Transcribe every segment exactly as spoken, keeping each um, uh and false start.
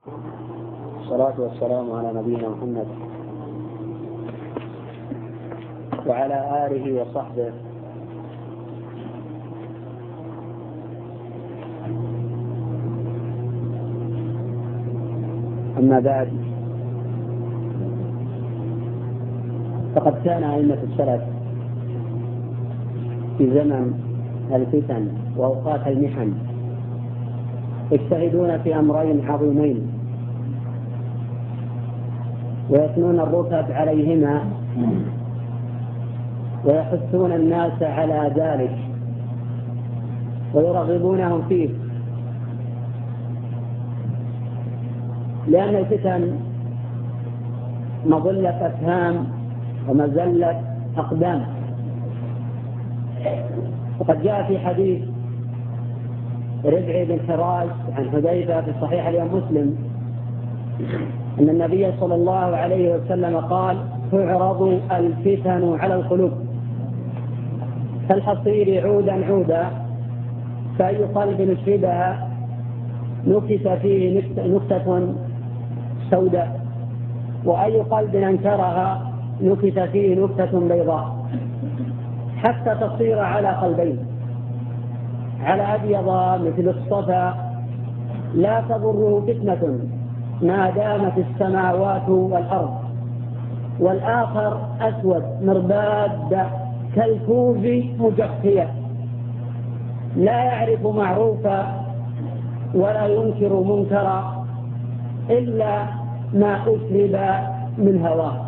والصلاة والسلام على نبينا محمد وعلى آله وصحبه أما بعد، فقد كان أئمة السلف في زمن الفتن وأوقات المحن يجتهدون في أمرين عظيمين ويثنون الرتب عليهما ويحثون الناس على ذلك ويرغبونهم فيه، لأن الفتن مظلة أفهام ومزلة أقدام. وقد جاء في حديث ربعي بن حراش عن حذيفة في صحيح الإمام مسلم أن النبي صلى الله عليه وسلم قال: تعرض الفتن على القلوب كالحصير عودا عودا، فأي قلب نشربها نكت فيه نكتة سوداء، وأي قلب أنكرها نكت فيه نكتة بيضاء، حتى تصير على قلبين، على أبيض مثل الصفا لا تضره فتنة ما دامت السماوات والأرض، والآخر أسود مرباد كالكوز مجخية لا يعرف معروفا ولا ينكر منكرا إلا ما أشرب من هواه.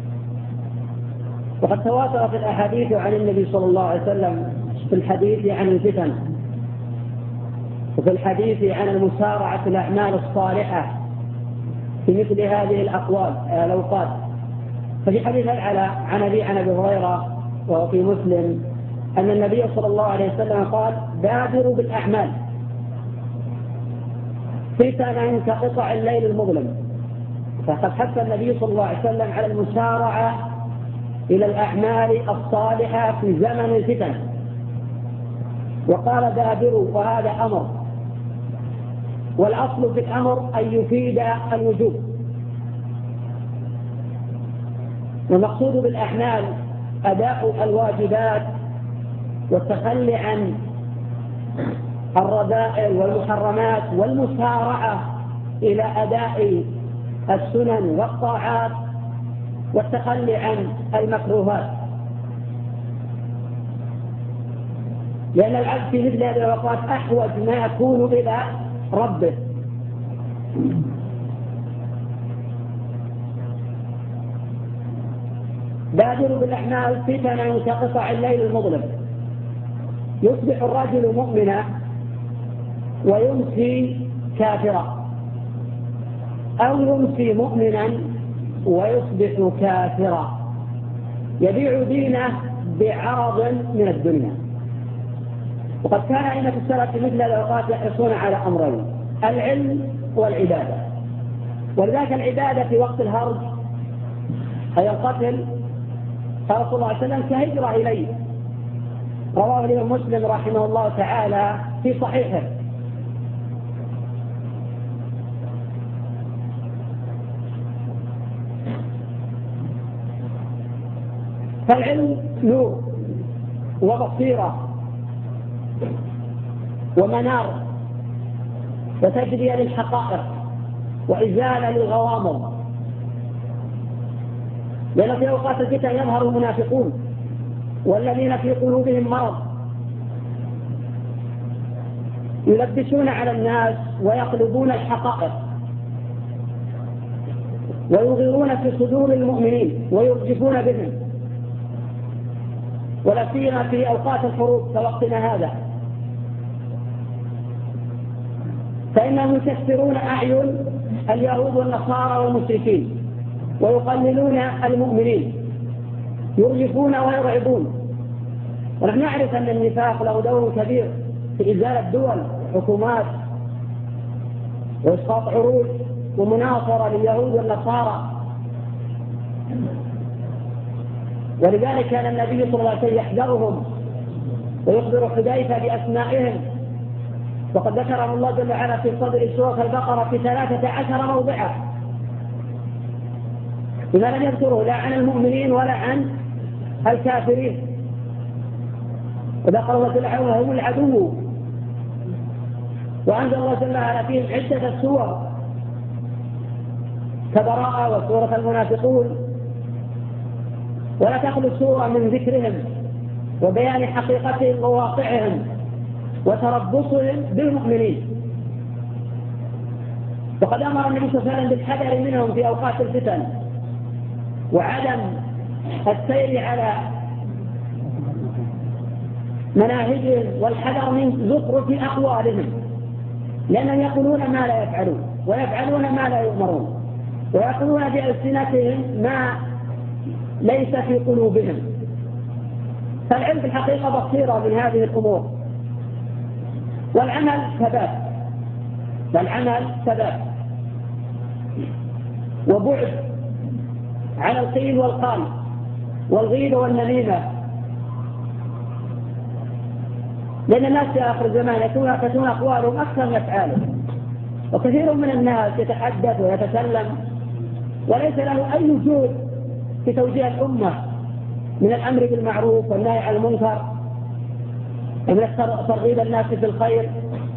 وقد تواترت الأحاديث عن النبي صلى الله عليه وسلم في الحديث عن الفتن، وفي الحديث عن المسارعة في الأعمال الصالحة في مثل هذه الأقوال الأوقات. ففي حديث العلا عن أبي عن أبي هريرة وهو في مسلم أن النبي صلى الله عليه وسلم قال: بادروا بالأعمال فتنا كقطع الليل المظلم. فقد حث النبي صلى الله عليه وسلم على المسارعة إلى الأعمال الصالحة في زمن الفتن، وقال: بادروا، وهذا أمر، والأصل في الأمر أن يفيد الوجوب. والمقصود بالأعمال أداء الواجبات والتخلي عن الرذائل والمحرمات والمسارعة إلى أداء السنن والطاعات والتخلي عن المكروهات، لأن العبد في مثل هذه الأوقات أحوج ما يكون إلى ربه. بادروا بالأعمال فتنا كقطع الليل المظلم، يصبح الرجل مؤمنا ويمسي كافرا، أو يمسي مؤمنا ويصبح كافرا، يبيع دينه بعرض من الدنيا. وقد كان أئمة السلف في مثل الأوقات يحرصون على أمرين: العلم والعبادة. ولذلك العبادة في وقت الهرج أي القتل قال صلى الله عليه وسلم: كهجرة إليه، رواه الإمام مسلم رحمه الله تعالى في صحيحه. فالعلم نور وبصيرة ومنار وتجرية للحقائق وإزالة للغوامض، لأن في أوقات الفتن يظهر المنافقون والذين في قلوبهم مرض يلبسون على الناس ويقلبون الحقائق ويغيرون في صدور المؤمنين ويرجفون بهم، ولا سيما في أوقات الحروب كوقتنا هذا، فإنهم يكسرون أعين اليهود والنصارى والمشركين ويقللون المؤمنين، يرجفون ويرعبون. ونحن نعرف أن النفاق له دور كبير في إزالة دول وحكومات وإسقاط عروش ومناصرة لليهود والنصارى. ولذلك كان النبي صلى الله عليه وسلم يحذرهم ويخبر حذيفة بأسمائهم وقد ذكره الله جل وعلا في صدر سورة البقرة في ثلاثة عشر موضعا، إذا لم يذكره لا عن المؤمنين ولا عن الكافرين. وذكر الله جل وعلا هم العدو، وأنزل الله جل وعلا فيهم عدة السور كبراءة وسورة المنافقون، ولا تخلو السورة من ذكرهم وبيان حقيقتهم وواقعهم وتربصهم بالمؤمنين. وقد أمر النبي صلى الله عليه وسلم بالحذر منهم في أوقات الفتن وعدم السير على مناهجهم والحذر من زخرف أقوالهم، لأنهم يقولون ما لا يفعلون ويفعلون ما لا يؤمرون ويقولون بألسنتهم ما ليس في قلوبهم. فالعلم في الحقيقة بصيرة من هذه الأمور، والعمل ثبات والعمل ثبات وبعد على القيل والقال والغيبة والنميمة، لأن الناس في آخر الزمان يكون أقوالهم أكثر من أفعالهم، وكثير من الناس يتحدث ويتكلم وليس له أي وجود في توجيه الأمة من الأمر بالمعروف والنهي عن المنكر ومن ترغيب الناس في الخير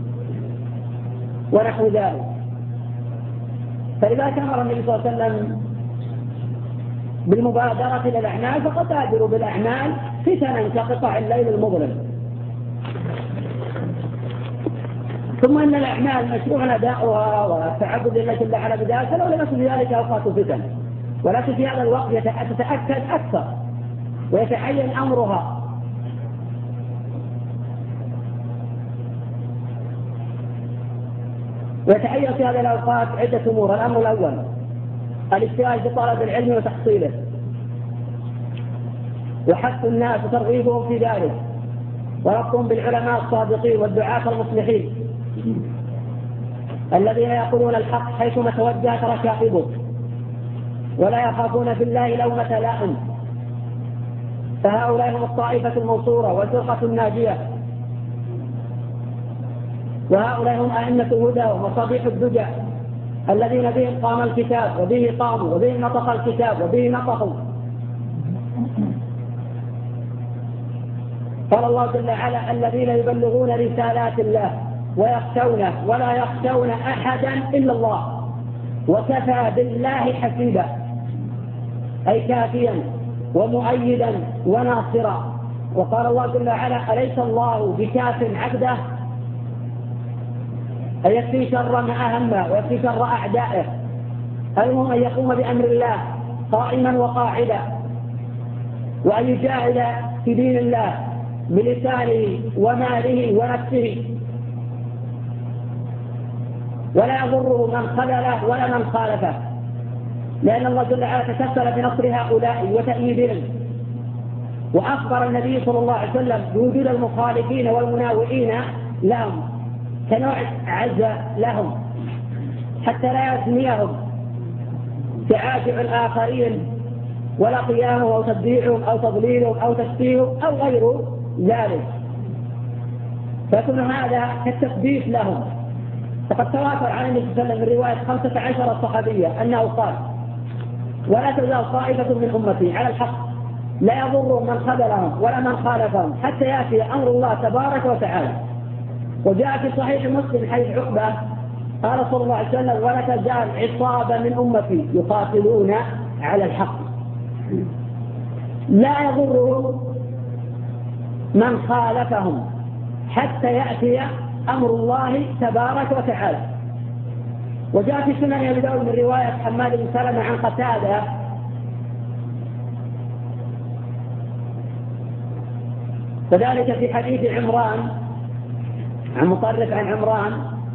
ونحو ذلك. فلذلك أمر النبي صلى الله عليه وسلم بالمبادرة إلى الأعمال، فقد بادروا بالأعمال فتنا كقطع الليل المظلم. ثم أن الأعمال مشروع أداؤها وتعبد الله جل وعلا بذلك، فلو لم يكن ذلك أوقات فتن، ولكن في هذا الوقت تتأكد أكثر ويتعين أمرها. ويتعين في هذه الأوقات عدة أمور. الأمر الأول الاجتهاد بطلب العلم وتحصيله وحث الناس وترغيبهم في ذلك وربطهم بالعلماء الصادقين والدعاة المصلحين الذين يقولون الحق حيثما توجهت ركائبه ولا يخافون في الله لومة لائم، فهؤلاء هم الطائفة المنصورة والفرقة الناجية، وهؤلاء هم أئمة الهدى ومصابيح الدجى الذين بهم قام الكتاب وبه قاموا وبه نطق الكتاب وبه نطقوا. قال الله جل وعلا الذين يبلغون رسالات الله ويخشونه ولا يخشون أحدا إلا الله وكفى بالله حسيبا، أي كافيا ومؤيدا وناصرا. وقال الله جل وعلا أليس الله بكاف عبده، أن يكفي شر ما أهمه ويكفي شر أعدائه، المهم أن يقوم بأمر الله قائما وقاعدا، وأن يجاهد في دين الله بلسانه وماله ونفسه، ولا يضره من خذله ولا من خالفه، لأن الله جل وعلا تكفل بنصر هؤلاء وتأييدهم. وأخبر النبي صلى الله عليه وسلم بوجود المخالفين والمناوئين لهم كنوع عزة لهم حتى لا يسميهم تعاجع الآخرين ولا قيامهم أو تبديعهم أو تضليلهم أو تشبيههم أو غير ذلك، فيكون هذا كالتثبيت لهم. فقد تواتر عن النبي صلى الله عليه وسلم من رواية خمسة عشر صحابية أنه قال ولا تزال طائفة من أمتي على الحق لا يضر من خذلهم ولا من خالفهم حتى يأتي أمر الله تبارك وتعالى. وجاء في صحيح مسلم حديث عقبة قال صلى الله عليه وسلم ولا تزال عصابة من أمتي يقاتلون على الحق لا يضرهم من خالفهم حتى يأتي أمر الله تبارك وتعالى. وجاء في سنن أبي داود من رواية حماد بن سلمة عن قتادة وذلك في حديث عمران عن مطرف عن عمران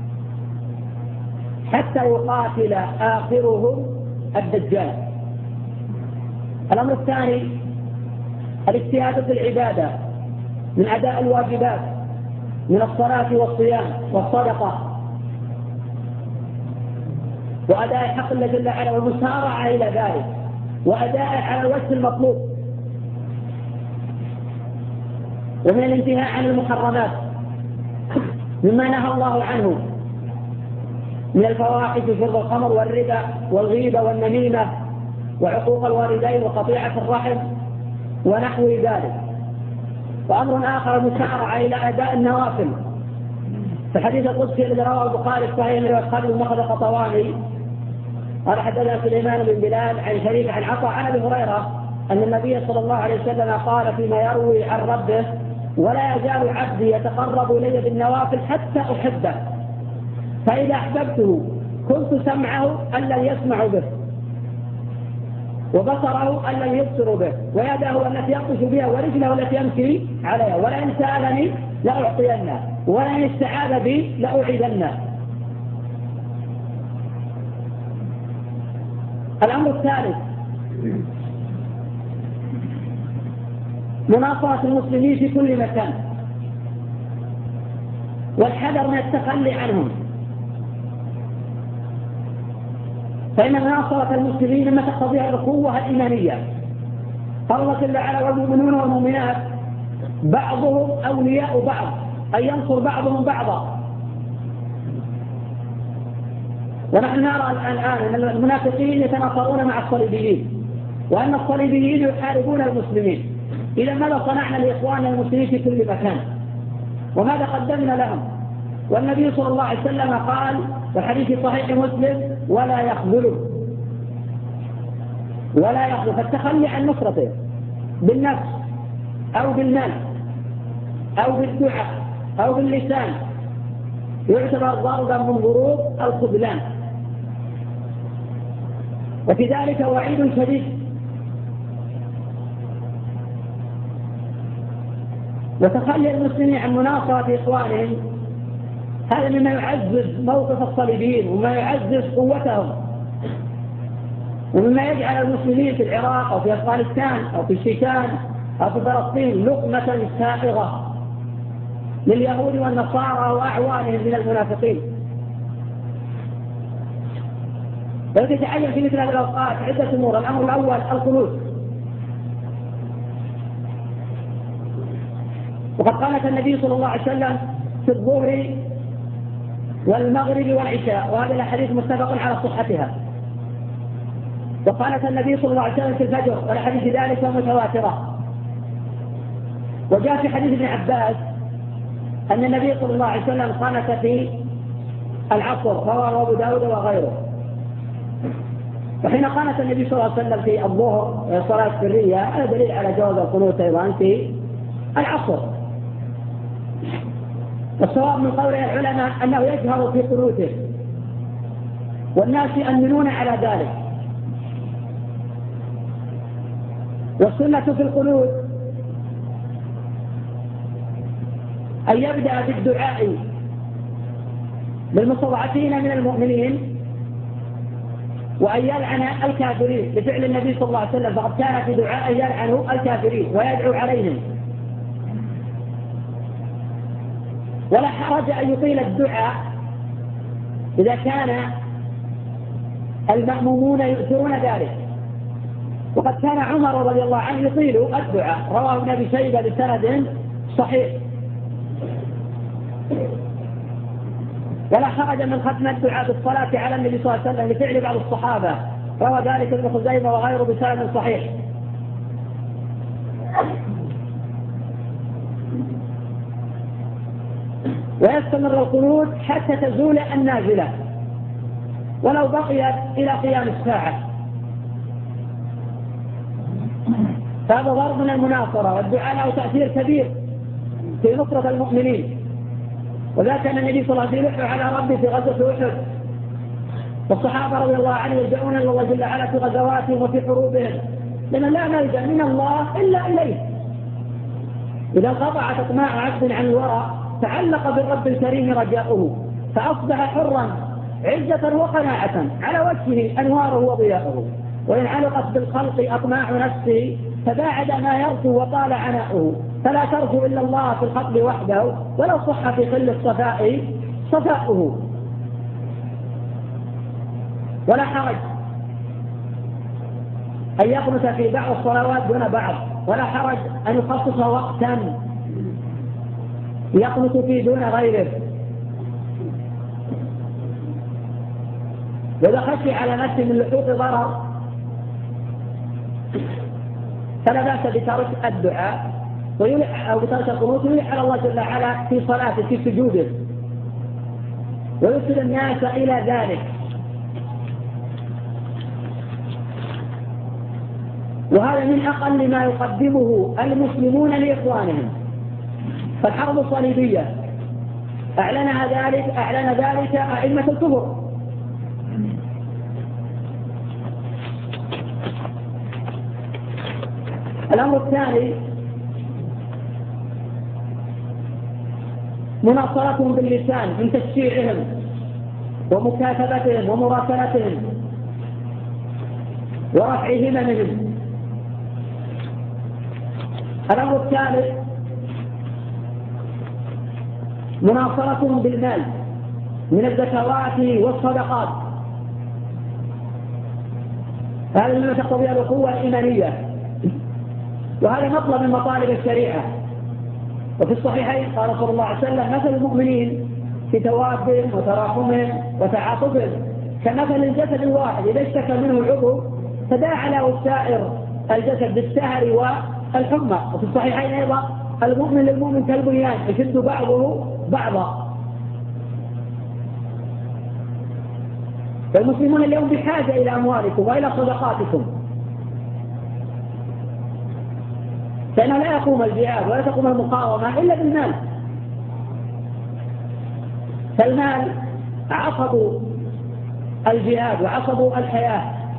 حتى يقاتل آخرهم الدجال. الأمر الثاني الاجتهاد في العبادة من أداء الواجبات من الصلاة والصيام والصدقة وأداء حق الله جل وعلا والمسارعة إلى ذلك وأداء على الوجه المطلوب، ومن الانتهاء عن المحرمات مما نهى الله عنه من الفواحش شرب الخمر والربا والغيبة والنميمة وعقوق الوالدين وقطيعة الرحم ونحو ذلك. وأمر آخر المسارعة إلى أداء النوافل. في الحديث القدسي الذي رواه البخاري في صحيح من رواية خالد بن مخلد القطواني قال حدثنا سليمان بن بلال عن شريك عن عطاء عن أبي هريرة أن النبي صلى الله عليه وسلم قال فيما يروي عن ربه: ولا يزال عبدي يتقرب إلي بالنوافل حتى أحبه، فإذا أحببته كنت سمعه الذي يسمع به، وبصره الذي يبصر به، ويده التي يبطش بها، ورجله التي يمشي عليها، ولئن سألني لأعطينه، ولئن استعاذ بي لأعيذنه. الأمر الثالث مناصرة المسلمين في كل مكان والحذر من التخلي عنهم، فإن مناصرة المسلمين مما تقتضيها القوة الإيمانية. قال الله جل وعلا: والمؤمنون والمؤمنات بعضهم أولياء بعض، أي ينصر بعضهم بعضا. ونحن نرى الآن أن المنافقين يتناصرون مع الصليبيين، وأن الصليبيين يحاربون المسلمين. إذا ماذا صنعنا لإخواننا المسلمين في كل مكان؟ وماذا قدمنا لهم؟ والنبي صلى الله عليه وسلم قال والحديث صحيح مسلم: ولا يخذلوا ولا يخذلوا. فالتخلي عن نصرته بالنفس أو بالمال أو بالدعاء أو باللسان يعتبر ضربا من ضروب الخذلان، وفي ذلك وعيد شديد. وتخلي المسلمين عن مناصرة إخوانهم هذا مما يعزز موقف الصليبيين وما يعزز قوتهم، ومما يجعل المسلمين في العراق أو في أفغانستان أو في الشيشان أو في فلسطين لقمة سائغة لليهود والنصارى وأعوانهم من المنافقين. ويتعين في مثل هذه الأوقات عدة أمور. الأمر الأول القنوت، وقد قالت النبي صلى الله عليه وسلم في الظهر والمغرب والعشاء، وهذه الأحاديث متفق على صحتها. وقالت النبي صلى الله عليه وسلم في الفجر، والأحاديث ذلك متواترة. وجاء في حديث ابن عباس أن النبي صلى الله عليه وسلم قنت في العصر، رواه أبو داود وغيره. وحين قنت النبي صلى الله عليه وسلم في الظهر صلاة سرية هذا دليل على جواز القنوت أيضا في العصر. والصواب من قول العلماء أنه يجهر في قنوته والناس يؤمنون على ذلك. والسنة في القنوت أن يبدأ بالدعاء بالمستضعفين من المؤمنين وأن يلعن الكافرين بفعل النبي صلى الله عليه وسلم، فقد كان في دعاء يلعن الكافرين ويدعو عليهم. ولا حرج أن يطيل الدعاء إذا كان المأمومون يؤثرون ذلك، وقد كان عمر رضي الله عنه يطيل الدعاء، رواه ابن أبي شيبة بسند صحيح. ولا حرج من ختم الدعاء بالصلاة على النبي صلى الله عليه وسلم لفعل بعض الصحابة، روى ذلك ابن خزيمة وغيره بسند صحيح. ويستمر القنوت حتى تزول النازلة ولو بقيت إلى قيام الساعة. هذا ضرب من المناصرة، والدعاء له تأثير كبير في نصرة المؤمنين. وذاك أن النبي صلى الله عليه وسلم يدعو على ربه في غزوة أحد، والصحابة رضي الله عنهم يدعون الله جل وعلا في غزواتهم وفي حروبهم، لأن لا ملجأ من الله إلا إليه. إذا انقطعت أطماع عبد عن الورى تعلق بالرب الكريم رجاؤه، فأصبح حرا عزة وقناعة على وجهه أنواره وضياؤه. وإن علقت بالخلق أطماع نفسه فباعد ما يرجو وطال عناؤه، فلا ترجو إلا الله في الخطب وحده ولو صح في ظل الصفاء صفاؤه. ولا حرج أن يقنت في بعض الصلوات دون بعض، ولا حرج أن يخصص وقتا يقنت فيه دون غيره، وإذا خشي على نفسه من لحوق ضرر فلا بأس بترك الدعاء ويلح أو بترك القنوت ويلح على الله جل وعلا في صلاته في سجوده ويرسل الناس إلى ذلك. وهذا من أقل ما يقدمه المسلمون لإخوانهم. فالحرب الصليبية أعلنها ذلك أعلن ذلك أئمة الكفر. الأمر الثاني مناصرتهم باللسان من تشجيعهم ومكاتبتهم ومراسلتهم ورفع هممهم. الأمر الثالث مناصرتهم بالمال من الزكوات والصدقات. هذا مما تقتضي الأخوة الإيمانية، وهذا مطلب من مطالب الشريعة. وفي الصحيحين قال صلى الله عليه وسلم: مثل المؤمنين في توادهم وتراحمهم وتعاطفهم كمثل الجسد الواحد إذا اشتكى منه العضو تداعى له سائر الجسد بالسهر والحمى. وفي الصحيحين أيضا: المؤمن للمؤمن كالبنيان يشد بعضه بعضا. فالمسلمون اليوم بحاجة إلى أموالكم وإلى صدقاتكم، فإنه لا يقوم الجهاد ولا تقوم المقاومة إلا بالمال. فالمال عصب الجهاد وعصب الحياة.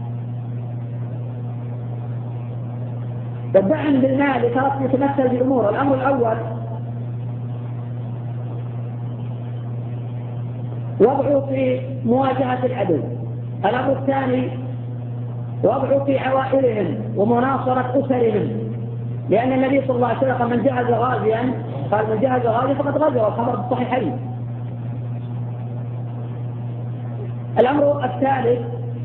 والدعم بالمال يتمثل بأمور: الأمر الأول وضعه في مواجهة العدو. الأمر الثاني وضعه في عوائلهم ومناصرة أسرهم، لأن النبي صلى الله عليه وسلم من جهز غازيا قال: من جهز غازيا فقد غزا، الخبر الصحيحين. الأمر الثالث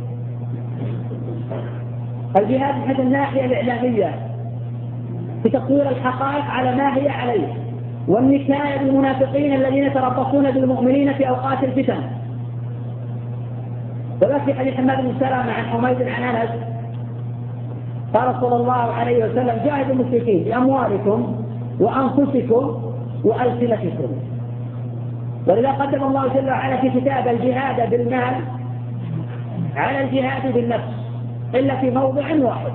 الجهاد من حيث الناحية الإعلامية في تصوير الحقائق على ما هي عليه، والنكاية بالمنافقين الذين يتربصون بالمؤمنين في أوقات الفتن. وفي حديث حماد بن سلمة عن حميد عن أنس قال صلى الله عليه وسلم: جاهدوا المشركين بأموالكم وأنفسكم وألسنتكم. ولذا قدم الله جل وعلا في كتاب الجهاد بالمال على الجهاد بالنفس إلا في موضع واحد: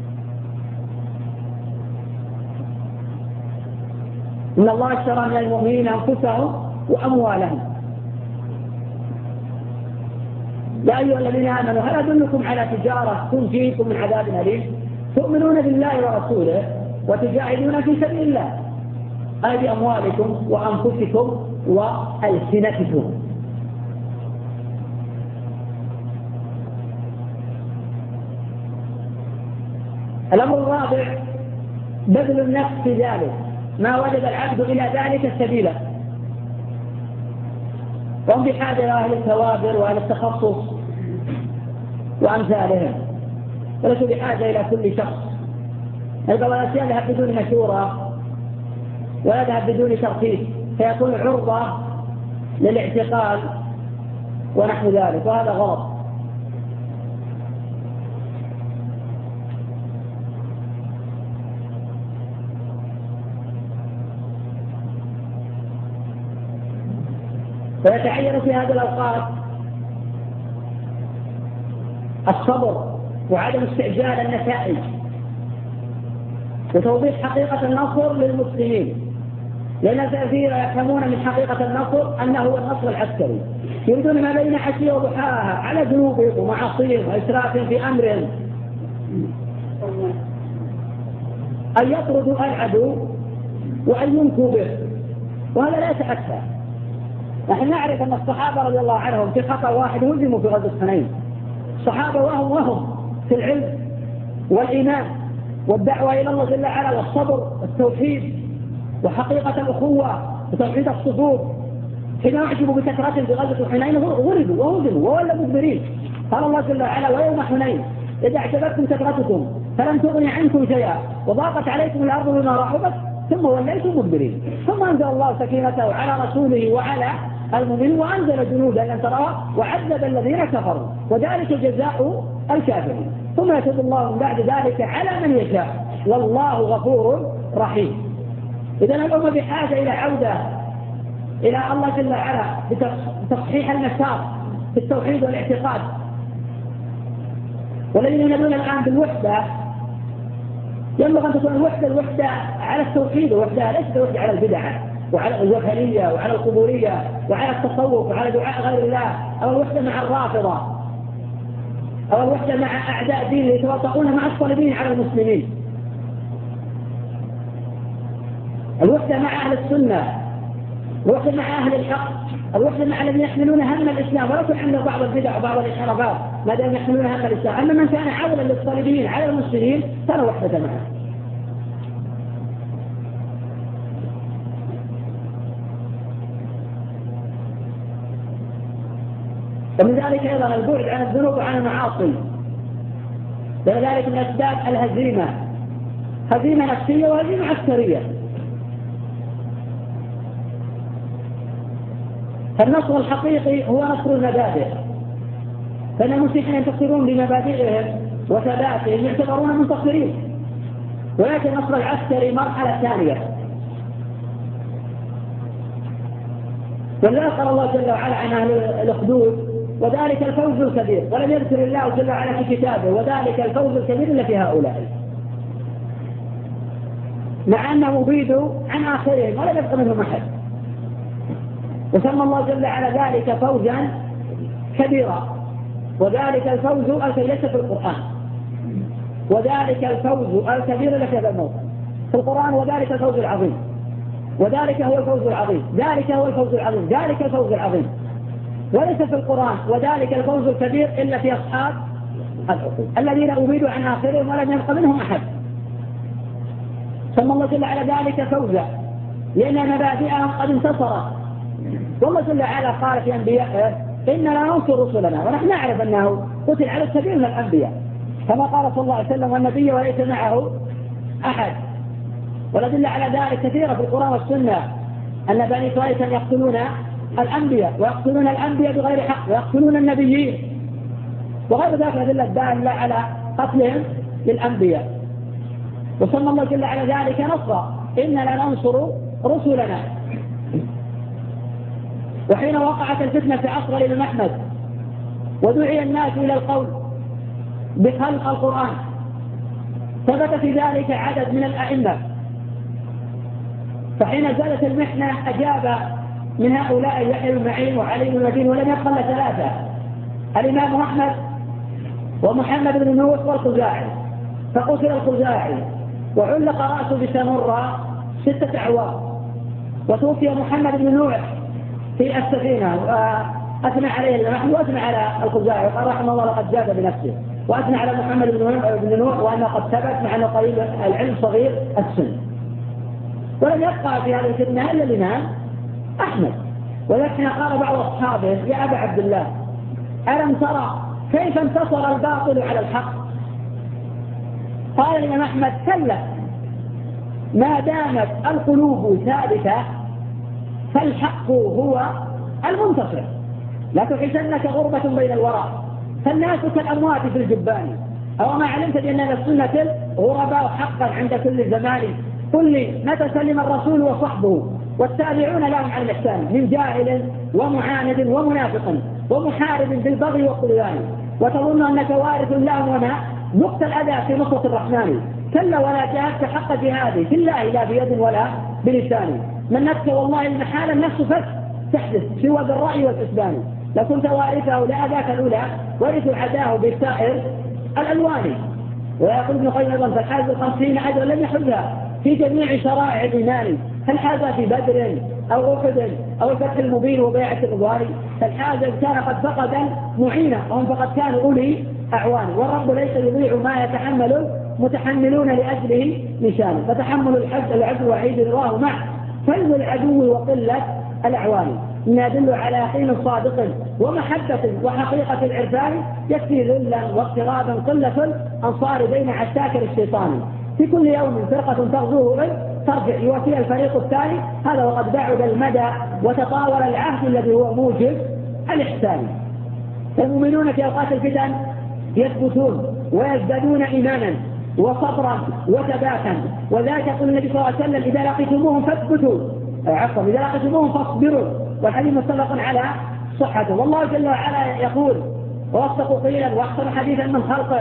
إن الله اشترى من المؤمنين أنفسهم وأموالهم. يا أيها الذين آمنوا هل أدلكم على تجارة تنجيكم من عذاب أليم تؤمنون بالله ورسوله وتجاهدون في سبيل الله، أي بأموالكم وأنفسكم وألسنتكم. الأمر الرابع بذل النفس في ذلك ما وجد العبد إلى ذلك سبيلا. وهم بحاجة إلى أهل التوابر وأهل التخصص وأمثالهم، وليسوا بحاجة إلى كل شخص. أيضا الأشياء يذهب بدون مشورة ويذهب بدون ترتيب فيكون عرضة للاعتقال ونحو ذلك، وهذا غلط. ويتعين في هذه الأوقات الصبر وعدم استعجال النتائج وتوضيح حقيقة النصر للمسلمين، لأن الكثير يفهمون من حقيقة النصر أنه هو النصر العسكري، يريدون ما بين عشية وضحاها على ذنوبهم ومعاصيهم وإسرافهم في أمرهم أن يطردوا العدو وأن ينكوا به، وهذا لا يتأتى. نحن نعرف أن الصحابة رضي الله عنهم في خطأ واحد هزموا في غزوة حنين. الصحابة وهم وهم في العلم والإيمان والدعوة إلى الله جل وعلا والصبر والتوحيد وحقيقة الأخوة وتوحيد الصفوف، حين أعجبوا بكثرتهم في غزوة حنين غربوا وهزموا وولوا مدبرين. قال الله جل وعلا: ويوم حنين إذا اعجبتكم كثرتكم فلم تغن عنكم شيئا وضاقت عليكم الأرض بما رحبت ثم وليتم مدبرين. ثم أنزل الله سكينته على رسوله وعلى المؤمنين وأنزل جنودا لم ترها وعذب الذين كفروا وذلك جزاء الكافرين. ثم يتوب الله من بعد ذلك على من يشاء والله غفور رحيم. إذن الأمة بحاجة إلى عودة إلى الله جل وعلا بتصحيح المسار في التوحيد والاعتقاد. والذين ينادون الآن بالوحدة ينبغي أن تكون الوحدة الوحدة على التوحيد، ووحدة ليست الوحدة على البدعة وعلى الوثنية وعلى القبورية وعلى التصوف وعلى دعاء غير الله، أو الوحدة مع الرافضة، أو الوحدة مع أعداء الدين يتواطؤون مع الصليبيين على المسلمين. الوحدة مع أهل السنة، الوحدة مع أهل الحق، الوحدة مع الذين يحملون هم الإسلام ولا تحمل بعض البدع وبعض الانحرافات ما دام يحملون هم الإسلام. أما من كان عونا للصليبيين على المسلمين فلا وحدة معه. ومن ذلك أيضا البعد عن الذنوب وعن المعاصي، ولذلك من أسباب الهزيمة هزيمة نفسية وهزيمة عسكرية. فالنصر الحقيقي هو نصر المبادئ، فإن المسلمين ينتصرون بمبادئهم وثباتهم يعتبرون منتصرين، ولكن النصر العسكري مرحلة ثانية. ولذلك قال الله جل وعلا عن أهل الأخدود وذلك الفوز الكبير، ولم يذكر الله جل وعلا في كتابه وذلك الفوز الكبير إلا في هؤلاء، مع أنه أبيدوا عن آخرهم ولم يبق منهم أحد. وسمى الله جل وعلا ذلك فوزا كبيرا، وذلك الفوز الكبير ليس في القرآن، وذلك الفوز الكبير ليس في الموت في القرآن، وذلك الفوز العظيم، وذلك هو الفوز العظيم، ذلك هو الفوز العظيم، ذلك الفوز العظيم، وليس في القرآن وذلك الفوز الكبير إلا في أصحاب العقول الذين أبيدوا عن آخرهم ولم يبق منهم أحد. سمى الله جل وعلا ذلك فوزا لأن مبادئهم قد انتصرت. والله جل وعلا قال في أنبيائه إننا ننصر رسلنا، ونحن نعرف أنه قتل على السبيل من الأنبياء كما قال صلى الله عليه وسلم والنبي وليس معه أحد. ودل على ذلك كثيرا في القرآن والسنة أن بني إسرائيل كانوا يقتلون الأنبياء ويقتلون الأنبياء بغير حق ويقتلون النبيين وغير ذلك الأدلة الدالة على قتلهم للأنبياء. وسمى الله جل على ذلك نصرا إننا ننصر رسلنا. وحين وقعت الفتنة في عصر الإمام أحمد ودعي الناس إلى القول بخلق القرآن ثبت في ذلك عدد من الأئمة، فحين زالت المحنة أجاب من هؤلاء يحيى بن معين وعلي بن المديني ولم يبق الا ثلاثة: الإمام أحمد ومحمد بن نوح والخزاعي، فقتل الخزاعي وعلق رأسه بسمرة ستة أعوام، وتوفي محمد بن نوح في السفينة وأثنى عليه الإمام أحمد وأثنى على الخزاعي وقال رحمه الله لقد جاد بنفسه، وأثنى على محمد بن نوح وأنه قد ثبت مع أنه قليل العلم صغير السن. ولم يبقى في هذه الفتنة إلا الإمام أحمد. ولكن قال بعض أصحابه يا أبا عبد الله ألم ترى كيف انتصر الباطل على الحق؟ قال الإمام أحمد كلا، ما دامت القلوب ثابتة فالحق هو المنتصر، لا تحسنك غربة بين الورى فالناس كالأموات في الجبان، أو ما علمت بأن السنة غرباء حقا عند كل زمان. قل لي متى سلم الرسول وصحبه والتابعون لهم على الإحسان من جاهل ومعاند ومنافق ومحارب بالبغي والطغيان، وتظن أنك وارث لهم وما نقط الأذى في نصرة الرحمن. كلا ولا جاهدت حق جهاده في الله لا بيد ولا بلسان، من نفسه والله المحال النفس فك تحدث سوى بالرأي والحسبان، لكنت وارثه لأذاك الأولى ورث عداه بالسائر الألوان. ويقول ابن قيم أيضا فالحاز الخمسين أجرا لم يحبها في جميع شرائع الإيمان، هل حاز في بدر أو أحد أو الفتح المبين وبيعة الرضوان، فالحاز كان قد فقد معينة وهم فقد كانوا أولي أعوان، والرب ليس يضيع ما يتحمل متحملون لأجله نشان، فتحمل الحج العدو وعيد الله مع فيض العدو وقلة الأعوان، ما يدل على يقين صادق ومحبة وحقيقة العرفان، يكفي ذلا واضطرابا قلة الأنصار بين عساكر الشيطان، في كل يوم فرقة تغزوه ترجع يوافيها الفريق الثاني، هذا وقد بعد المدى وتطاول العهد الذي هو موجب الإحسان. المؤمنون في أوقات الفتن يثبتون ويزدادون إيمانا وصبرا وثباتا، وذلك يقول النبي صلى الله عليه وسلم: إذا لقيتموهم فاثبتوا، عفوا إذا لقيتموهم فاصبروا، والحديث متفق على صحته. والله جل وعلا يقول: ووثقوا قيلا واحسن حديثا من خلقه.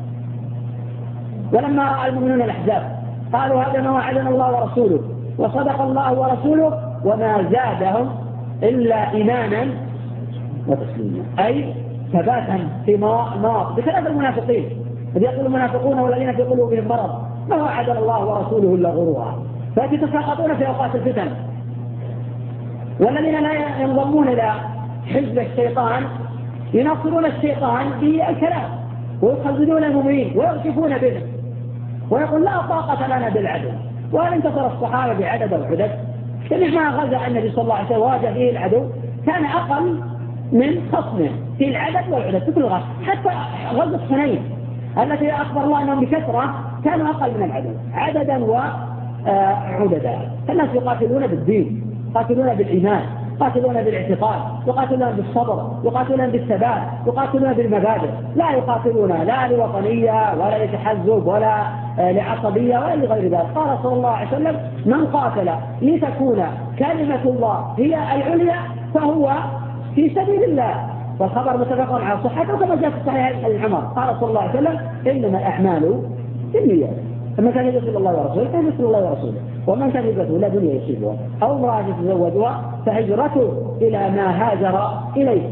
ولما رأى المؤمنون الأحزاب قالوا: هذا ما وعدنا الله ورسوله، وصدق الله ورسوله، وما زادهم إلا إيمانا وتسليما، أي ثباتا في مواقف. بخلاف المنافقين إذ يقول المنافقون والذين في قلوبهم مرض: ما وعدنا الله ورسوله إلا غرورا، فيتساقطون في أوقات الفتن. والذين لا ينضمون إلى حزب الشيطان ينصرون الشيطان بالكلام ويخذلون المؤمنين ويرشفون بهم، ويقول: لا طاقة لنا بالعدل. وهل انتصر الصحابة بعدد أو عدد؟ جميع ما غزا النبي صلى الله عليه وسلم واجه فيه العدو كان أقل من خصمه في العدد والعدد في كل غزو، حتى غزوة حنين التي أخبر الله أنهم بكثرة كانوا أقل من العدو عددا وعددا. فالناس يقاتلون بالدين، يقاتلون بالإيمان، يقاتلون بالاعتقاد، يقاتلون بالصبر، يقاتلون بالثبات، يقاتلون بالمبادئ، لا يقاتلون لا لوطنية ولا لتحزب ولا لعصبية ولا لغير ذلك. قال صلى الله عليه وسلم: من قاتل لتكون كلمة الله هي العليا فهو في سبيل الله. والخبر متفق على صحته كما جاء في صحيح العمر. قال صلى الله عليه وسلم: إنما الأعمال بالنيات، فمن كان يريد الله ورسوله فهو يريد الله ورسوله، ومن كان هجرته إلى دنيا يصيبها أو امرأة يتزوجها فهجرته إلى ما هاجر إليه.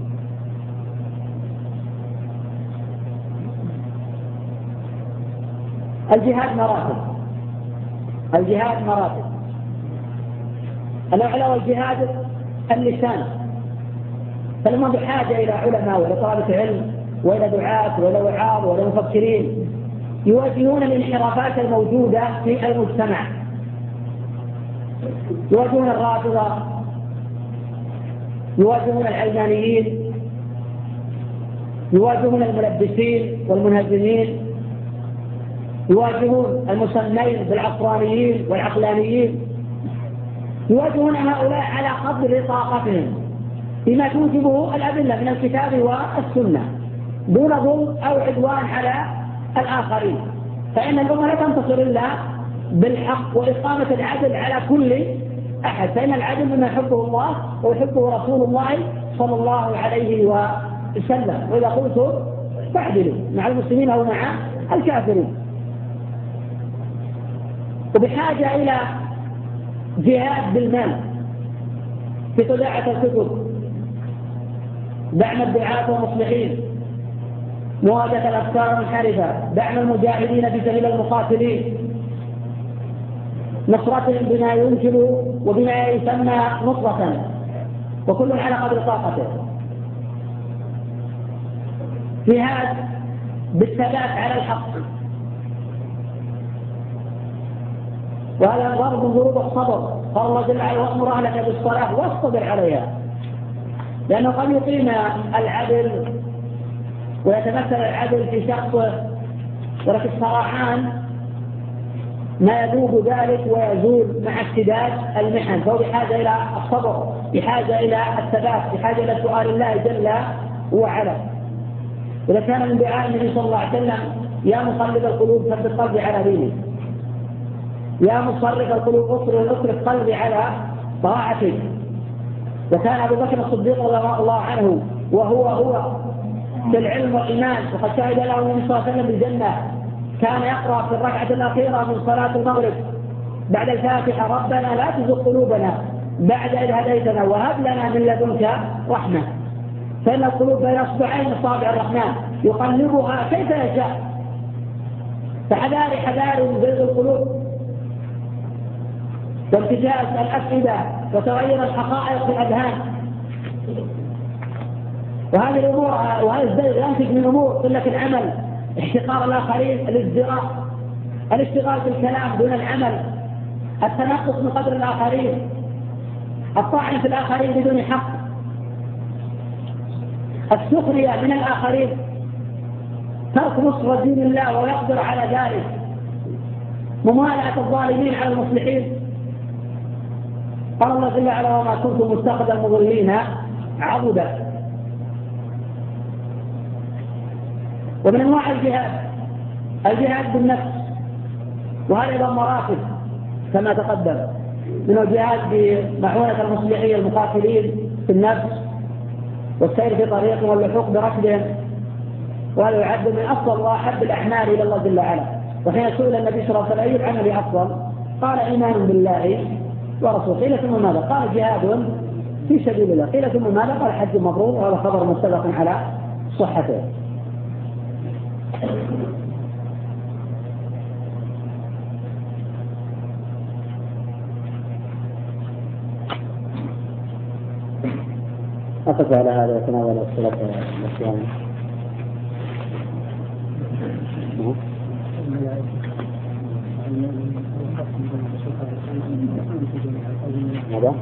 الجهاد مراتب. الجهاد مراتب. الأعلى والجهاد اللسان، فالأمة بحاجة إلى علماء وإلى طلبة علم وإلى دعاة وإلى وعاظ وإلى مفكرين يواجهون الانحرافات الموجودة في المجتمع، يواجهون الرافضة، يواجهون العلمانيين، يواجهون الملبسين والمنهزمين، يواجهون المسمين بالعصرانيين والعقلانيين، يواجهون هؤلاء على قدر طاقتهم بما توجبه الأدلة من الكتاب والسنة دون ظلم أو عدوان على الآخرين، فإن الأمة لا تنتصر إلا بالحق وإقامة العدل على كل أحد، فإن العدل مما يحبه الله ويحبه رسول الله صلى الله عليه وسلم، وإذا قلت فاعدلوا مع المسلمين أو مع الكافرين. وبحاجة إلى جهاد بالمال في طباعة الكتب، دعم الدعاة والمصلحين، مواجهة الأفكار المنحرفة، دعم المجاهدين في سبيل المقاتلين، نصرتهم بما يمكن وبما يسمى نصرة، وكل على قدر طاقته. جهاد بالثبات على الحق، وهذا ضرب من ضروب الصبر. قال الله جل وعلا: وأمر أهلك بالصلاة واصطبر عليها، لأنه قد يقيم العدل ويتمثل العدل في شخصه، ولكن الصراعان ما يذوب ذلك ويزول مع اشتداد المحن، فهو بحاجة إلى الصبر، بحاجة إلى الثبات، بحاجة إلى سؤال الله جل وعلا. إذا كان من دعاء النبي صلى الله عليه وسلم: يا مقلب القلوب ثبت قلبي على دينك، يا مصرف القلوب اصرف قلبي على طاعتك. وكان أبو بكر الصديق رضي الله عنه وهو هو في العلم والإيمان، وقد شهد له النبي صلى الله عليه وسلم بالجنة، كان يقرأ في الركعة الأخيرة من صلاة المغرب بعد الفاتحة: ربنا لا تزغ قلوبنا بعد إذ هديتنا وهب لنا من لدنك رحمة، فإن القلوب بين أصبعين أصابع الرحمن يقلبها كيف يشاء، فحذاري حذاري من زيغ القلوب وانتجاز الأفئدة وتغير الحقائق في الأذهان. وهذه الأمور وهذا الزيغ ينتج من أمور قلة العمل، احتقار الآخرين، الازدراء، الاشتغال بالكلام دون العمل، التنقص من قدر الآخرين، الطعن في الآخرين بدون حق، السخرية من الآخرين، ترك نصرة دين الله ويقدر على ذلك، ممالأة الظالمين على المصلحين. قال الله جل وعلا وما كنتم متخذ المضلين عضدا. ومن انواع الجهاد الجهاد بالنفس، وهذا ايضا مراتب كما تقدم، من الجهاد بمعونة المصلحين المقاتلين في النفس والسير في طريقهم واللحوق بركبهم، وهذا يعد من افضل واحب الاعمال الى الله جل وعلا. وحين سئل النبي صلى الله عليه وسلم اي العمل افضل قال ايمان بالله ورسوله. قيل ثم ماذا؟ قال جهاد في سبيل الله. قيل ثم ماذا؟ قال حج مبرور. وهذا خبر متفق على صحته. أقف على هذا وتناول الصلاة والصيام. ماذا؟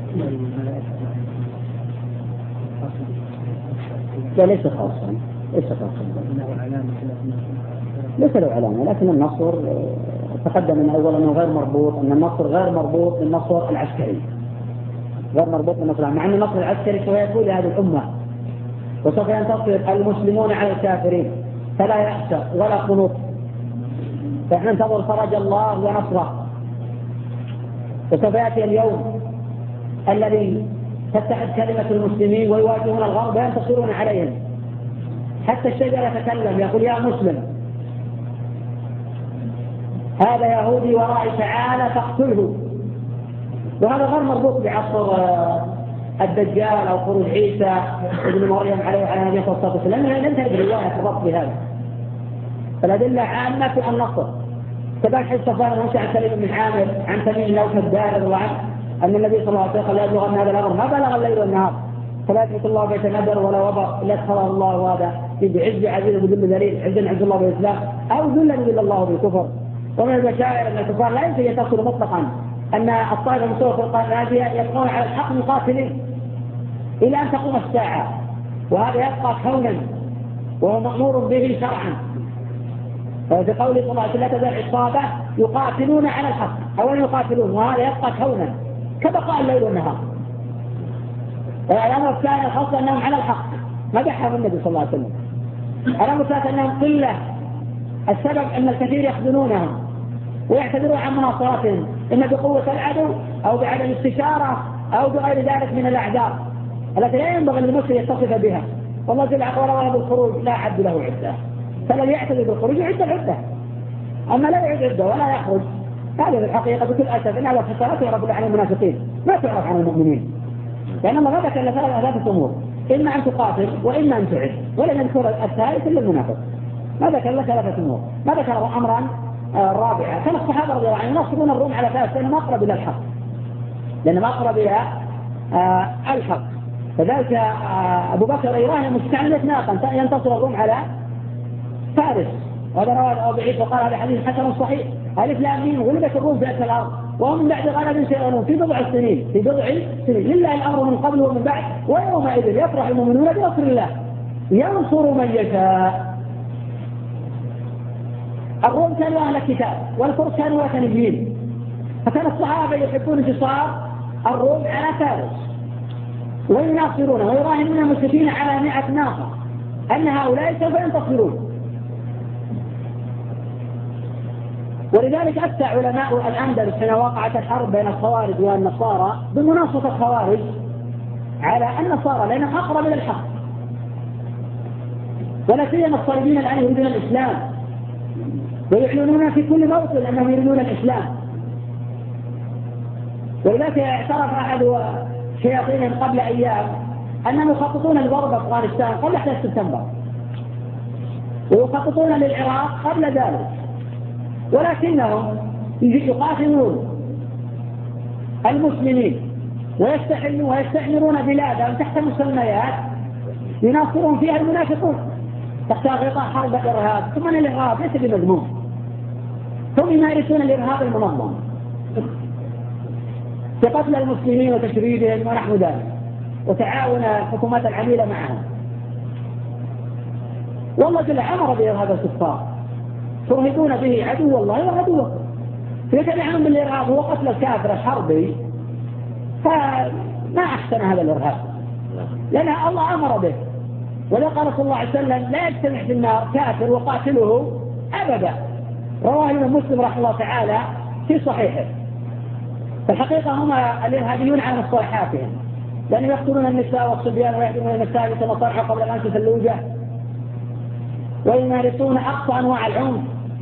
لا ليس خاصا، ليس خاصا، ليس له علامة، لكن النصر تقدم من أول أنه غير مربوط، أن النصر غير مربوط بالنصر العسكري، غير مربوط بالنصر، مع أن النصر العسكري سوف يكون لهذه الأمة وسوف ينتصر المسلمون على الكافرين، فلا يأسر ولا قنوط، فإحنا ننتظر فرج الله ونصره. وسوف يأتي اليوم الذي تتحد كلمة المسلمين ويواجهون الغرب وينتصرون عليهم، حتى الشجرة يتكلم يقول يا مسلم هذا يهودي ورائي تعالى فاقتله. وهذا غير مربوط بعصر الدجال أو خروج عيسى ابن مريم عليه وعلى نبينا الصلاة والسلام، لم تجد رواية تربط بهذا. فالأدلة عامة في النصر. كذلك حديث صفوان بن عن سليم بن عامر عن تميم بن أوس الداري رضي الله عنه أن النبي صلى الله عليه وسلم لا يبلغ أن هذا الأمر ما بلغ الليل والنهار، فلا يترك الله بيت ندر ولا وضع إلا ادخله الله هذا بعز عزيز وبذل ذليل، عز عز الله بالإسلام أو ذل ذل الله بالكفر. ومن البشائر أن الكفار لا يمكن أن تصل مطلقا أن الطائفة المسلمة في القرآن يبقون على الحق مقاتلين إلى أن تقوم الساعة، وهذا يبقى كونا وهو مأمور به شرعا. ففي قوله صلى الله عليه وسلم لا تزال عصابة يقاتلون على الحق أو يقاتلون، وهذا يبقى كونا كبقاء الليل والنهار. الأمر الثاني خاصة أنهم على الحق ما دحهم النبي صلى الله عليه وسلم. الأمر الثالث أنهم قلة، السبب أن الكثير يخذلونهم ويعتذرون عن مناصرتهم إما بقوة العدو أو بعدم استشارة أو بغير ذلك من الأعذار التي لا ينبغي للمسلم يتصف بها. والله جل وعلا بالخروج لا عد له عدة، فلن يعتذر بالخروج يعد العدة، أما لا يعد عدة ولا يخرج هذه الحقيقة بكل أسف إنها وفترات رب العالمين المنافقين ما تعرف عن المؤمنين، لأن الله ذكر ثلاثة أمور: إما أن تقاتل وإما أن تعد، ولم يذكر الثالث إلا المنافق. ما ذكر له ثلاثة أمور، ما ذكر أمرا رابعا. كان الصحابة رضي الله عنهم ينصرون الروم على ثلاث لأنهم أقرب إلى الحق، لأنهم أقرب إلى الحق. فذلك أبو بكر إيراني مستعملة ناقا ينتصر الروم على فارس، وهذا رواه أبو عيسى وقال هذا حديث حسن صحيح. ألف لام ميم غلبت الروم في أسفل الأرض وهم من بعد غلب سيغلبون في بضع سنين في بضع سنين لله الأمر من قبل ومن بعد ويومئذ يفرح المؤمنون بنصر الله ينصر من يشاء. الروم كانوا أهل الكتاب والفرس كانوا وثنيين، فكان الصحابة يحبون انتصار الروم على فارس ويناصرون ويراهنون المشركين على مئة ناقة أن هؤلاء سوف ينتصرون. ولذلك أفتى علماء الأندلس حين وقعت الحرب بين الخوارج والنصارى بمناصرة الخوارج على النصارى لأنهم أقرب إلى الحق، ولا سيما الصليبيين الآن يريدون الإسلام ويعلنون في كل موطن أنهم يريدون الإسلام. ولذلك اعترف أحد شياطينهم قبل أيام أنهم يخططون لضرب أفغانستان قبل أحداث سبتمبر ويخططون للعراق قبل ذلك، ولكنهم يقاتلون المسلمين ويستحلون ويستعمرون بلادهم تحت مسميات يناصرون فيها المنافقون تحت غطاء حرب الإرهاب. ثم الإرهاب ليس بمذموم، هم يمارسون الإرهاب المنظم في قتل المسلمين وتشريدهم ونحو ذلك وتعاون الحكومات العميلة معهم. والله جل أمر بإرهاب الكفار ترهبون به عدو الله وعدوكم يتبعون بالإرهاب هو قتل الكافر الحربي، فما أحسن هذا الإرهاب، لأن الله أمر به. ولا قال صلى الله عليه وسلم لا يجتمع في النار كافر وقاتله أبدا، رواه مسلم رحمه الله تعالى في صحيحه. فالحقيقة هم الإرهابيون على مصطلحاتهم، لأنهم يقتلون النساء والصبيان ويحرمون النساء كما صرحوا قبل الأمس في اللوجة، ويمارسون أقصى أنواع العنف.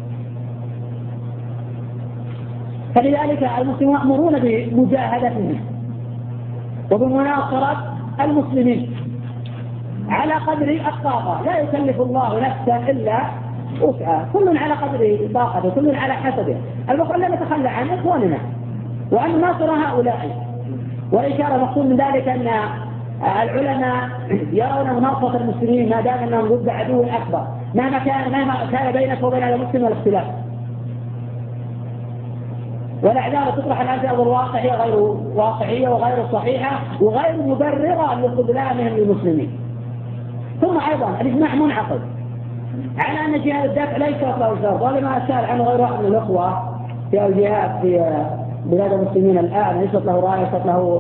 فلذلك المسلمون يأمرون بمجاهدتهم وبمناصرة المسلمين على قدر الطاقة، لا يكلف الله نفسا إلا وسعها، كل على قدر طاقته، كل على حسبه. المقصود لا نتخلى عن إخواننا وأن نناصر هؤلاء. والإشارة مقصود من ذلك أن العلماء يرون مناصرة المسلمين ما دام أنهم ضد عدو أكبر، مهما كان مهما كان بينك وبين المسلم والاختلاف. والأعذار تطرح الآن في أرض الواقع هي غير واقعية وغير صحيحة وغير مبررة لخذلانهم للمسلمين. ثم أيضا الإجماع منعقد على أن جهاد الدفع ليس له شرط، ولما أسأل عنه غير واحد من الأخوة في الجهاد في بلاد المسلمين الآن ليست له راية، ليست له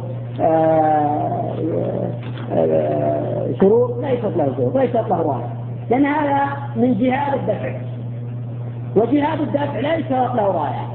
شروط، ليست له شروط، ليست له راية، لأن هذا من جهاد الدفع، وجهاد الدفع ليس له راية.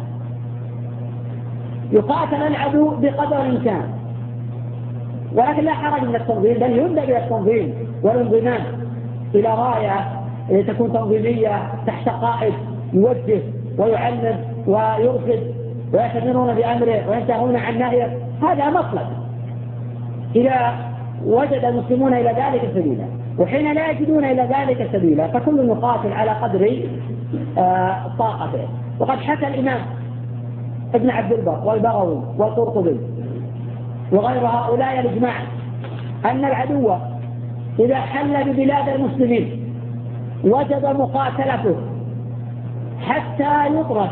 يقاتل العدو بقدر الإمكان، ولكن لا حرج من التنظيم، بل يبدأ إلى التنظيم والانضمام إلى راية تكون تنظيمية تحت قائد يوجه ويعلم ويرشد ويأتمرون بأمره وينتهون عن نهيه. هذا مطلب إذا وجد المسلمون إلى ذلك سبيلا، وحين لا يجدون إلى ذلك سبيلا فكل يقاتل على قدر آه طاقته. وقد حكى الإمام ابن عبد البر والبغوي والقرطبي وغير هؤلاء الإجماع أن العدو إذا حل ببلاد المسلمين وجب مقاتلته حتى يطرد،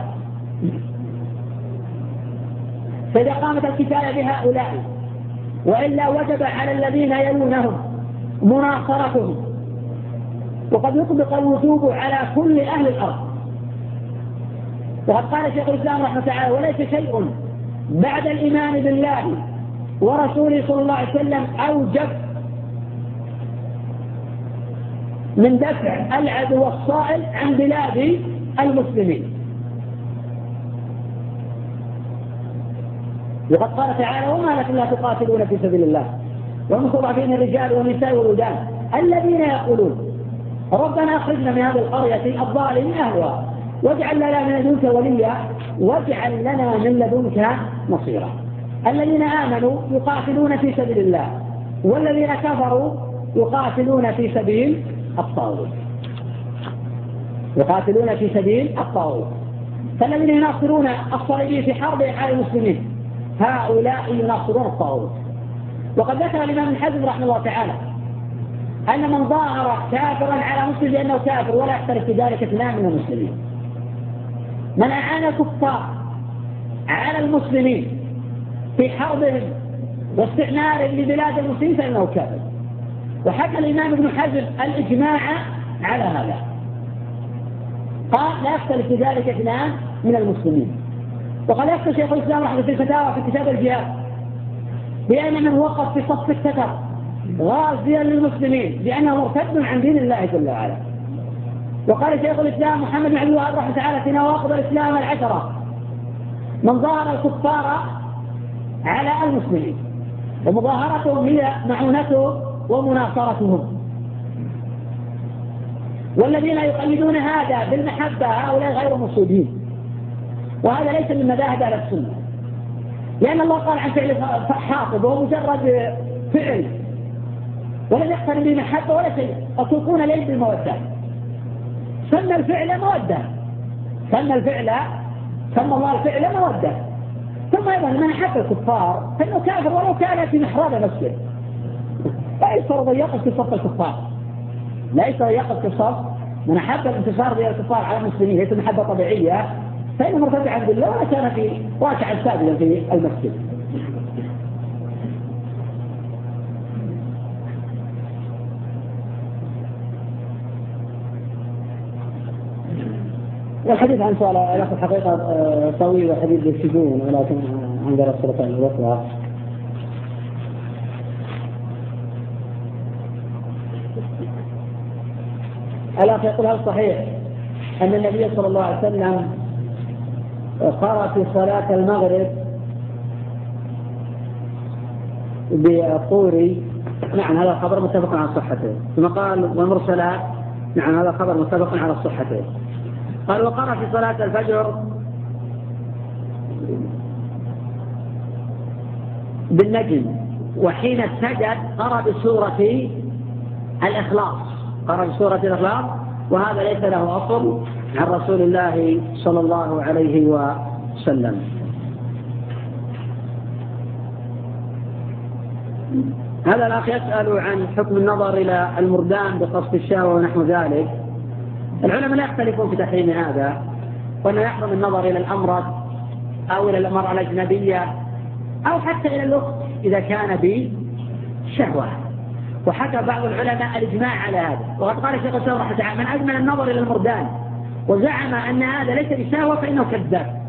فإذا قامت الكفاية بهؤلاء، وإلا وجب على الذين يلونهم مناصرتهم. وقد يطبق الوجوب على كل أهل الأرض. وقد قال شيخ الإسلام رحمه الله تعالى: وليس شيء بعد الإيمان بالله ورسوله صلى الله عليه وسلم أوجب من دفع العدو الصائل عن بلاد المسلمين. وقد قال تعالى: وما لكم لا تقاتلون في سبيل الله والمستضعفين الرجال والنساء والولدان الذين يقولون ربنا أخرجنا من هذه القرية الظالم أهلها واجعل لنا من لدنك وليا واجعل لنا من لدنك نصيرا. الذين آمنوا يقاتلون في سبيل الله والذين كفروا يقاتلون في سبيل الطاغوت يقاتلون في سبيل الطاغوت. فالذين يناصرون الصليبيين في حرب على المسلمين هؤلاء يناصرون الطاغوت. وقد ذكر الإمام ابن حزم رحمه الله تعالى أن من ظاهر كافرا على مسلم بأنه كافر ولا يحترف في ذلك اثنان من المسلمين. من أعان الكفار على المسلمين في حربهم واستعمارهم لبلاد المسلمين فإنه كافر. وحكى الإمام ابن حزم الإجماع على هذا، قال لا يختلف في ذلك اثنان من المسلمين. وقد يذكر شيخ الإسلام رحمه الله في الفتاوى في كتاب الجهاد بأن من وقف في صف التتر غازيا للمسلمين بأنه مرتد عن دين الله جل وعلا. وقال شيخ الإسلام محمد بن عبد الوهاب رحمه الله تعالى في نواقض الإسلام العشرة: من ظاهر الكفار على المسلمين ومظاهرتهم هي معونته ومناصرتهم. والذين يقلدون هذا بالمحبة هؤلاء غير مصيبين، وهذا ليس من مذاهب أهل السنة، لأن الله قال عن فعل حاطب وهو مجرد فعل ولم يقترن بمحبة ولا شيء. أتلقون اليد بالمودة، سمى الفعل مودة، سمى الفعل سمى الله الفعل مودة. ثم أيضا من أحب الكفار فإنه كافر ولو كان في محراب مسجد، لا يفترض أن يقف في صف الكفار، لا يفترض أن يقف في صف. من أحب الانتصار ديال الكفار على المسلمين ليس محبة طبيعية فإنه مرتد عن بالله ولا كان في واقعا سابقا في المسجد. والحديث عن سؤال الأخ الحقيقة طويل وحديث بالسجون، ولكن عندنا السلطان الأخرى. الأخ يقول هل صحيح أن النبي صلى الله عليه وسلم قرأ في صلاة المغرب بقوري؟ نعم هذا خبر متفق على صحته. ثم قال والمرسلات، نعم هذا خبر متفق على صحته. قال وقرأ في صلاة الفجر بالنجم، وحين سجد قرأ بسورة الإخلاص، قرأ بسورة الإخلاص، وهذا ليس له أصل عن رسول الله صلى الله عليه وسلم. هذا الأخ يسأل عن حكم النظر إلى المردان بقصد الشهوة ونحو ذلك. العلماء لا يختلفون في تحريم هذا، وأنه يحرم النظر إلى الأمرد أو إلى المرأة الأجنبية أو حتى إلى الأخت إذا كان بشهوة. وحكى بعض العلماء الإجماع على هذا، وقد قال الشيخ الإسلام رحمه الله من أجمل النظر إلى المردان وزعم أن هذا ليس بشهوة فإنه كذاب،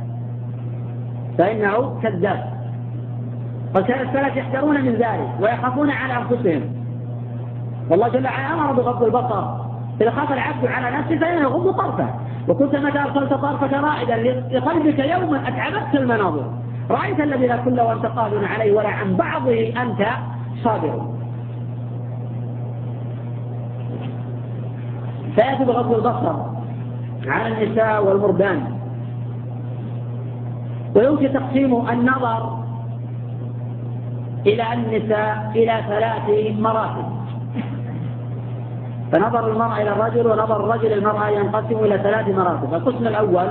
فإنه كذاب. وكان السلف يحذرون من ذلك ويخافون على أنفسهم، والله جل وعلا أمر بغض البصر، إذا خاف العبد على نفسه فإنه يغض طرفه. وكنت متى أرسلت طرفك رائدا لقلبك يوما أتعبتك المناظر، رأيت الذين كله وأنت قادر عليه ولا عن بعضه أنت صابر. فيأتي بغض البصر على النساء والمردان. ويمكن تقسيم النظر إلى النساء إلى ثلاث مراتب. فنظر المرأة إلى الرجل ونظر الرجل المرأة ينقسم إلى ثلاث مراتب. القسم الأول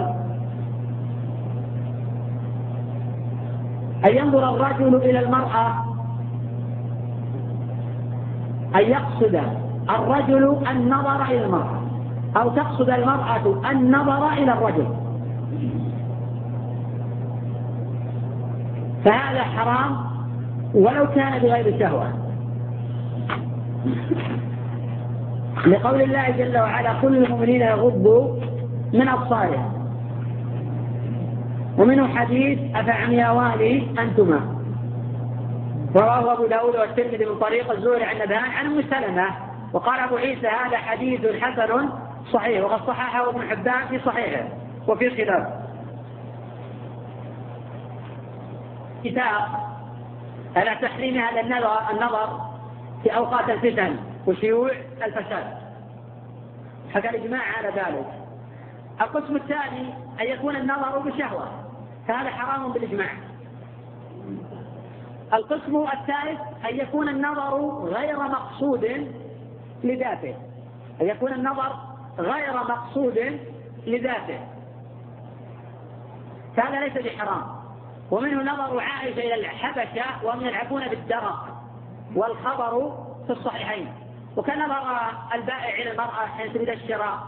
أن ينظر الرجل إلى المرأة، أن يقصد الرجل النظر إلى المرأة، أو تقصد المرأة النظر إلى الرجل، فهذا حرام ولو كان بغير شهوة، لقول الله جل وعلا كل المؤمنين يغضوا من أبصارهم. ومنه حديث أفعمياوان أنتما، رواه أبو داود والترمذي من طريق الزهري عن نبهان عن أم سلمة. وقال أبو عيسى هذا حديث حسن صحيح، وقد صححه ابن حبان في صحيحه وفي خلاف كتاب على تحريم هذا النظر في أوقات الفتن وشيوع الفساد، حكى الإجماع على ذلك. القسم الثاني أن يكون النظر بشهوة، فهذا حرام بالإجماع. القسم الثالث أن يكون النظر غير مقصود لذاته، أن يكون النظر غير مقصود لذاته، فهذا ليس بحرام. ومنه نظر عائشة إلى الحبشة وهم يلعبون بالدرق، والخبر في الصحيحين. وكان نظر البائع إلى المرأة حين تريد الشراء،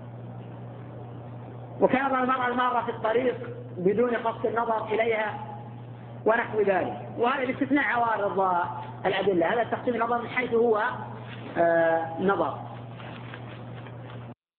وكان نظر المرأة المارة في الطريق بدون قصد النظر إليها ونحو ذلك. وهذا باستثناء عوارض الأدلة. هذا تقسيم النظر من حيث هو آه نظر.